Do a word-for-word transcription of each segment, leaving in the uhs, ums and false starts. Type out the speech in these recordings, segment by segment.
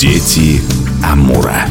Дети Амура.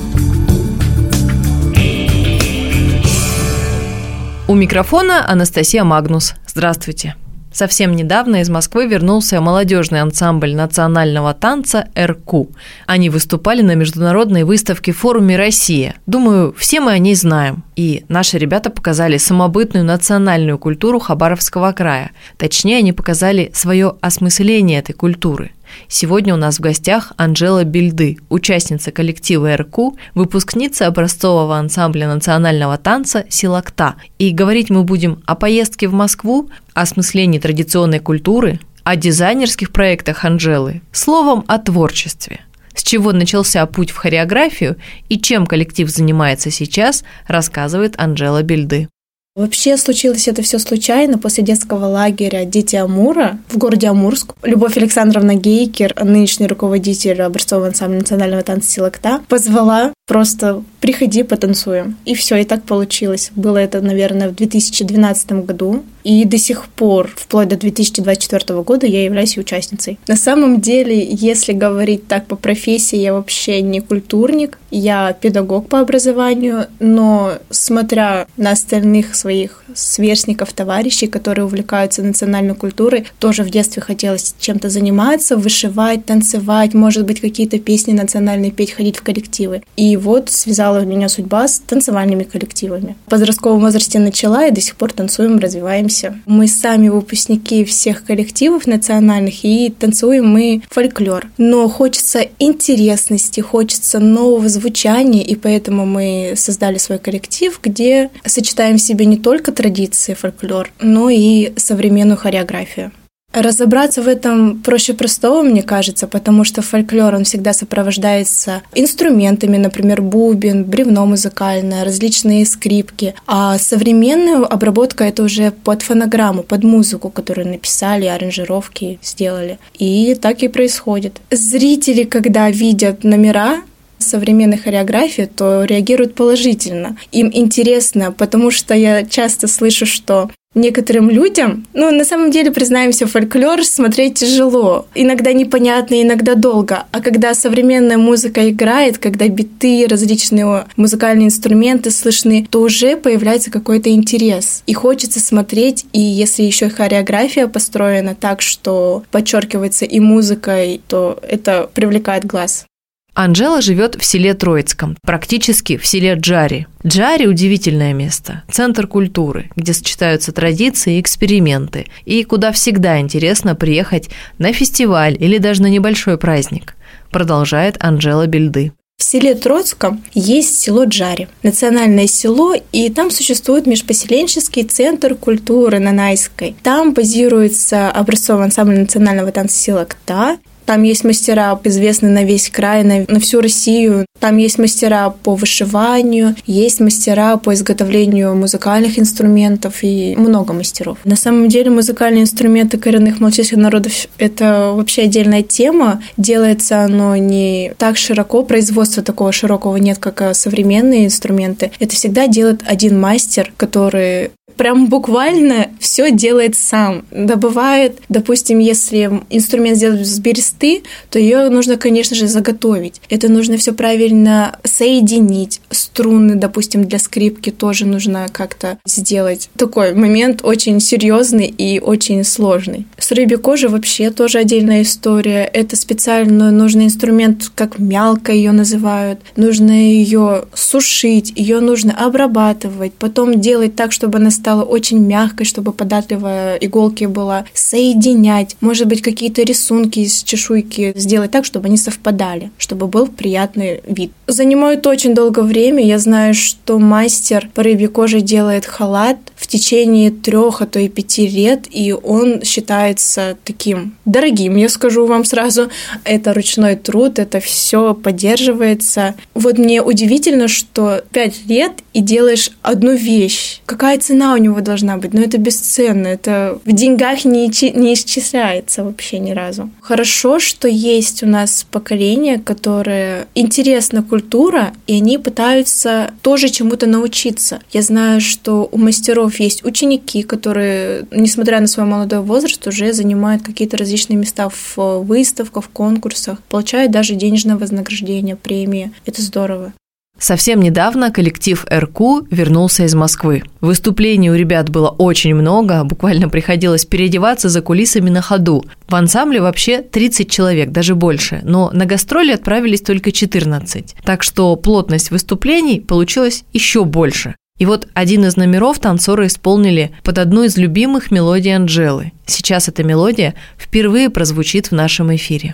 У микрофона Анастасия Магнус. Здравствуйте. Совсем недавно из Москвы вернулся молодежный ансамбль национального танца «эр-ку». Они выступали на международной выставке в форуме «Россия». Думаю, все мы о ней знаем. И наши ребята показали самобытную национальную культуру Хабаровского края. Точнее, они показали свое осмысление этой культуры. Сегодня у нас в гостях Анжела Бельды, участница коллектива «эр-ку», выпускница образцового ансамбля национального танца «Силакта». И говорить мы будем о поездке в Москву, о осмыслении традиционной культуры, о дизайнерских проектах Анжелы, словом, о творчестве. С чего начался путь в хореографию и чем коллектив занимается сейчас, рассказывает Анжела Бельды. Вообще случилось это все случайно после детского лагеря «Дети Амура» в городе Амурск. Любовь Александровна Гейкер, нынешний руководитель образцового ансамбля национального танца «Силакта», позвала просто «приходи, потанцуем». И все, и так получилось. Было это, наверное, в две тысячи двенадцатом году. И до сих пор, вплоть до две тысячи двадцать четвёртого года, я являюсь участницей. На самом деле, если говорить так по профессии, я вообще не культурник, я педагог по образованию, но смотря на остальных своих сверстников, товарищей, которые увлекаются национальной культурой, тоже в детстве хотелось чем-то заниматься, вышивать, танцевать, может быть, какие-то песни национальные петь, ходить в коллективы. И вот связала меня судьба с танцевальными коллективами. В подростковом возрасте начала и до сих пор танцуем, развиваемся. Мы сами выпускники всех коллективов национальных, и танцуем мы фольклор. Но хочется интересности, хочется нового звучания, и поэтому мы создали свой коллектив, где сочетаем в себе не только традиции фольклор, но и современную хореографию. Разобраться в этом проще простого, мне кажется, потому что фольклор, он всегда сопровождается инструментами, например, бубен, бревно музыкальное, различные скрипки. А современная обработка — это уже под фонограмму, под музыку, которую написали, аранжировки сделали. И так и происходит. Зрители, когда видят номера современной хореографии, то реагируют положительно. Им интересно, потому что я часто слышу, что некоторым людям, ну, на самом деле, признаемся, фольклор смотреть тяжело. Иногда непонятно, иногда долго. А когда современная музыка играет, когда биты, различные музыкальные инструменты слышны, то уже появляется какой-то интерес. И хочется смотреть, и если еще и хореография построена так, что подчеркивается и музыкой, то это привлекает глаз. Анжела живет в селе Троицком, практически в селе Джари. Джари – удивительное место, центр культуры, где сочетаются традиции и эксперименты, и куда всегда интересно приехать на фестиваль или даже на небольшой праздник, продолжает Анжела Бельды. В селе Троицком есть село Джари, национальное село, и там существует межпоселенческий центр культуры Нанайской. Там базируется образцовый ансамбль национального танца «Силакта». Там есть мастера, известные на весь край, на, на всю Россию. Там есть мастера по вышиванию, есть мастера по изготовлению музыкальных инструментов и много мастеров. На самом деле музыкальные инструменты коренных малочисленных народов – это вообще отдельная тема. Делается оно не так широко, производства такого широкого нет, как современные инструменты. Это всегда делает один мастер, который прям буквально все делает сам. Добывает, допустим, если инструмент сделать из бересты, то ее нужно, конечно же, заготовить. Это нужно все правильно соединить. Струны, допустим, для скрипки тоже нужно как-то сделать. Такой момент очень серьезный и очень сложный. С рыбьей кожей вообще тоже отдельная история. Это специально нужный инструмент, как мялка ее называют. Нужно ее сушить, ее нужно обрабатывать, потом делать так, чтобы она стала очень мягкой, чтобы податливая иголки была, соединять, может быть, какие-то рисунки из чешуйки сделать так, чтобы они совпадали, чтобы был приятный вид. Занимает очень долгое время. Я знаю, что мастер по рыбьей коже делает халат в течение трех, а то и пяти лет, и он считается таким дорогим, я скажу вам сразу. Это ручной труд, это все поддерживается. Вот мне удивительно, что пять лет и делаешь одну вещь. Какая цена цена у него должна быть, но это бесценно, это в деньгах не, не исчисляется вообще ни разу. Хорошо, что есть у нас поколение, которое интересна культура, и они пытаются тоже чему-то научиться. Я знаю, что у мастеров есть ученики, которые, несмотря на свой молодой возраст, уже занимают какие-то различные места в выставках, в конкурсах, получают даже денежное вознаграждение, премии. Это здорово. Совсем недавно коллектив эр-ку вернулся из Москвы. Выступлений у ребят было очень много, буквально приходилось переодеваться за кулисами на ходу. В ансамбле вообще тридцать человек, даже больше, но на гастроли отправились только четырнадцать. Так что плотность выступлений получилась еще больше. И вот один из номеров танцоры исполнили под одну из любимых мелодий Анжелы. Сейчас эта мелодия впервые прозвучит в нашем эфире.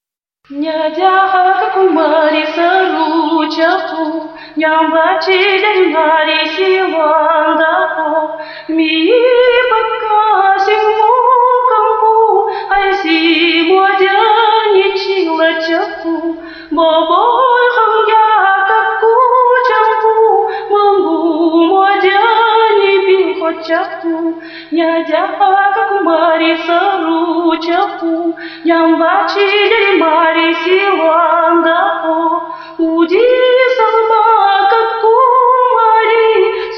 Нядяха кумари саручапу, нямбачи деньгари силандапу, ми покаси мукампу, айси модяни чилачапу, бобой хамьяка кучампу, мамбу модяни билхочапу, нядяха кумари саручапу, нямбачи деньгари силандапу, уди собака кумари,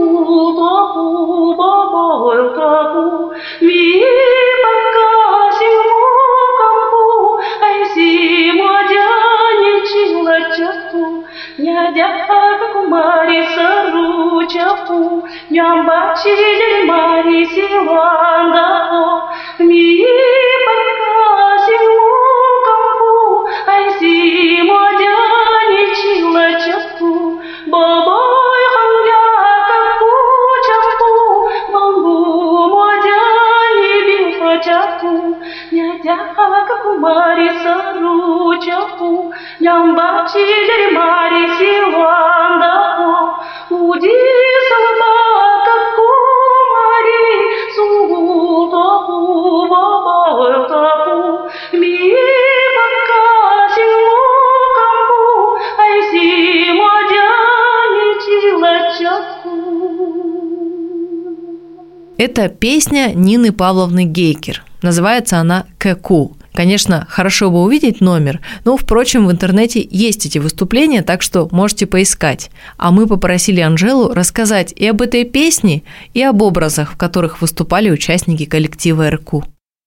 султапу, бабой тапу, ми покаси мукампу, айси модяни чилачапу, нядяха кумари саручапу, нямбачи деньгари силандапу, ми покаси мукампу, айси модяни чилачапу, бабой хамьяка кучапу, мамбу модяни билхочапу, нядяха кумари саручапу, нямбачи деньгари силандапу, уди собака кумари, султапу, бабой тапу, ми покаси мукампу, айси модяни чилачапу. Это песня Нины Павловны Гейкер. Называется она «Кэку». Конечно, хорошо бы увидеть номер, но, впрочем, в интернете есть эти выступления, так что можете поискать. А мы попросили Анжелу рассказать и об этой песне, и об образах, в которых выступали участники коллектива эр-ку.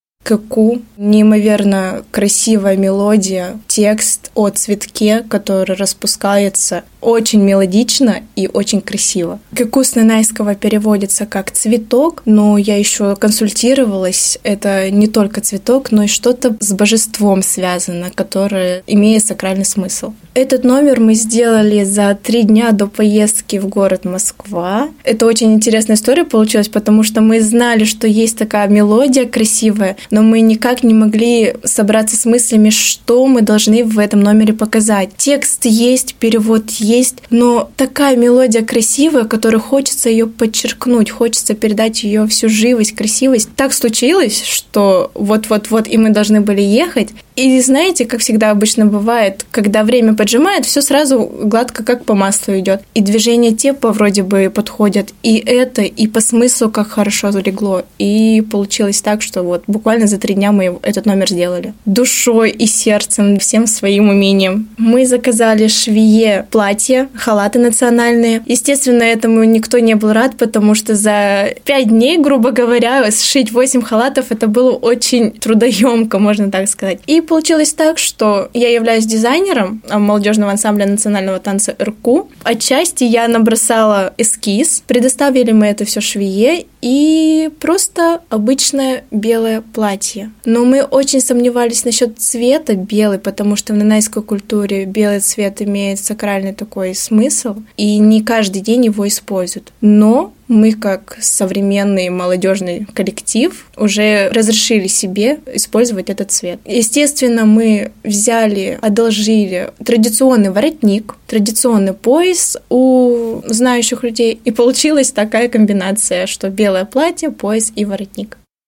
Кэку — неимоверно красивая мелодия, текст о цветке, который распускается, очень мелодично и очень красиво. Кэку с нанайского переводится как «цветок», но я еще консультировалась, это не только цветок, но и что-то с божеством связано, которое имеет сакральный смысл. Этот номер мы сделали за три дня до поездки в город Москва. Это очень интересная история получилась, потому что мы знали, что есть такая мелодия красивая, но мы никак не могли собраться с мыслями, что мы должны в этом номере показать. Текст есть, перевод есть, но такая мелодия красивая, которой хочется ее подчеркнуть, хочется передать ее всю живость, красивость. Так случилось, что вот-вот-вот и мы должны были ехать. И знаете, как всегда обычно бывает, когда время поджимает, все сразу гладко, как по маслу идет. И движения темпа вроде бы подходят, и это, и по смыслу как хорошо залегло. И получилось так, что вот буквально за три дня мы этот номер сделали. Душой и сердцем, всем своим умением. Мы заказали швее платья, халаты национальные. Естественно, этому никто не был рад, потому что за пять дней, грубо говоря, сшить восемь халатов, это было очень трудоемко, можно так сказать. И получилось так, что я являюсь дизайнером молодежного ансамбля национального танца эр-ку. Отчасти я набросала эскиз, предоставили мы это все швее и просто обычное белое платье. Но мы очень сомневались насчет цвета белый, потому что в нанайской культуре белый цвет имеет сакральный такой смысл, и не каждый день его используют. Но мы, как современный молодежный коллектив, уже разрешили себе использовать этот цвет. Естественно, мы взяли, одолжили традиционный воротник, традиционный пояс у знающих людей, и получилась такая комбинация, что белое платье, пояс и воротник.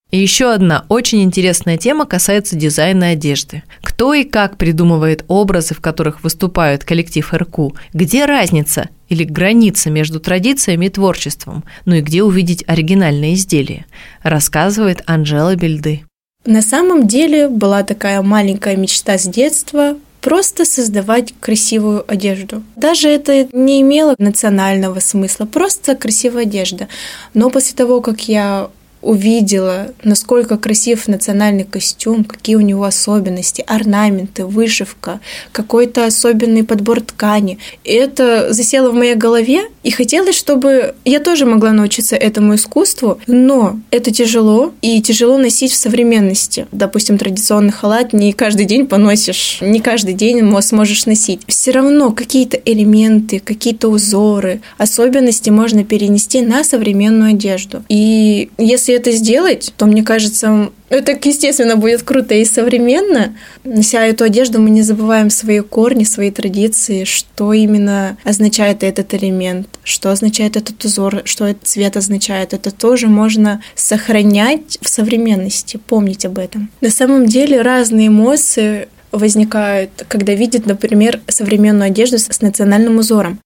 И еще одна очень интересная тема касается дизайна одежды. Кто и как придумывает образы, в которых выступает коллектив эр-ку? Где разница или граница между традициями и творчеством? Ну и где увидеть оригинальные изделия? Рассказывает Анжела Бельды. На самом деле была такая маленькая мечта с детства – просто создавать красивую одежду. Даже это не имело национального смысла, просто красивая одежда. Но после того, как я увидела, насколько красив национальный костюм, какие у него особенности, орнаменты, вышивка, какой-то особенный подбор ткани. И это засело в моей голове, и хотелось, чтобы я тоже могла научиться этому искусству, но это тяжело, и тяжело носить в современности. Допустим, традиционный халат не каждый день поносишь, не каждый день его сможешь носить. Все равно какие-то элементы, какие-то узоры, особенности можно перенести на современную одежду. И если это сделать, то, мне кажется, это, естественно, будет круто и современно. Нося эту одежду, мы не забываем свои корни, свои традиции, что именно означает этот элемент, что означает этот узор, что этот цвет означает. Это тоже можно сохранять в современности, помнить об этом. На самом деле разные эмоции возникают, когда видят, например, современную одежду с национальным узором.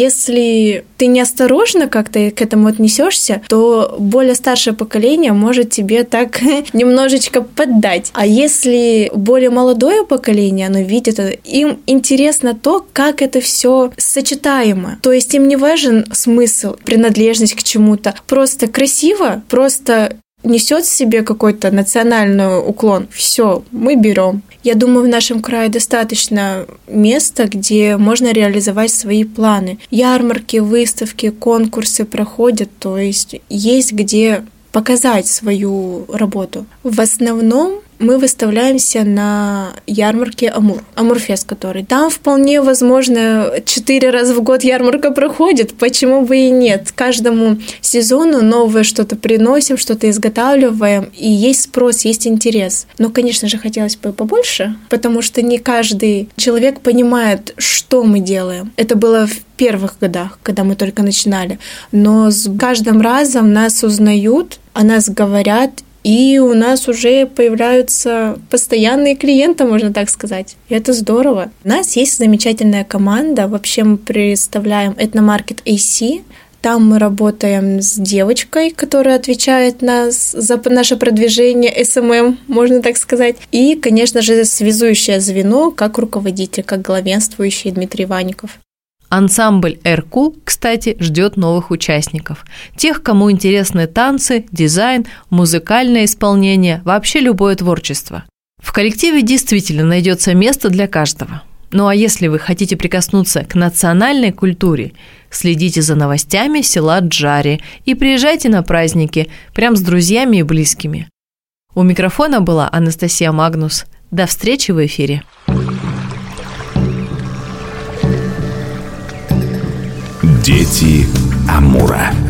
Если ты неосторожно как-то к этому отнесешься, то более старшее поколение может тебе так немножечко поддать. А если более молодое поколение, оно видит это, им интересно то, как это все сочетаемо. То есть им не важен смысл, принадлежность к чему-то. Просто красиво, просто несет в себе какой-то национальный уклон. Все, мы берем. Я думаю, в нашем крае достаточно места, где можно реализовать свои планы. Ярмарки, выставки, конкурсы проходят, то есть есть где показать свою работу. В основном мы выставляемся на ярмарке Амур, Амурфест который. Там вполне возможно четыре раза в год ярмарка проходит, почему бы и нет. Каждому сезону новое что-то приносим, что-то изготавливаем, и есть спрос, есть интерес. Но, конечно же, хотелось бы побольше, потому что не каждый человек понимает, что мы делаем. Это было в первых годах, когда мы только начинали. Но с каждым разом нас узнают, о нас говорят, и у нас уже появляются постоянные клиенты, можно так сказать. И это здорово. У нас есть замечательная команда. Вообще мы представляем этномаркет эй си. Там мы работаем с девочкой, которая отвечает нас за наше продвижение, эс эм эм, можно так сказать. И, конечно же, связующее звено, как руководитель, как главенствующий Дмитрий Ваников. Ансамбль эр-ку, кстати, ждет новых участников. Тех, кому интересны танцы, дизайн, музыкальное исполнение, вообще любое творчество. В коллективе действительно найдется место для каждого. Ну а если вы хотите прикоснуться к национальной культуре, следите за новостями села Джари и приезжайте на праздники, прям с друзьями и близкими. У микрофона была Анастасия Магнус. До встречи в эфире. Дети Амура.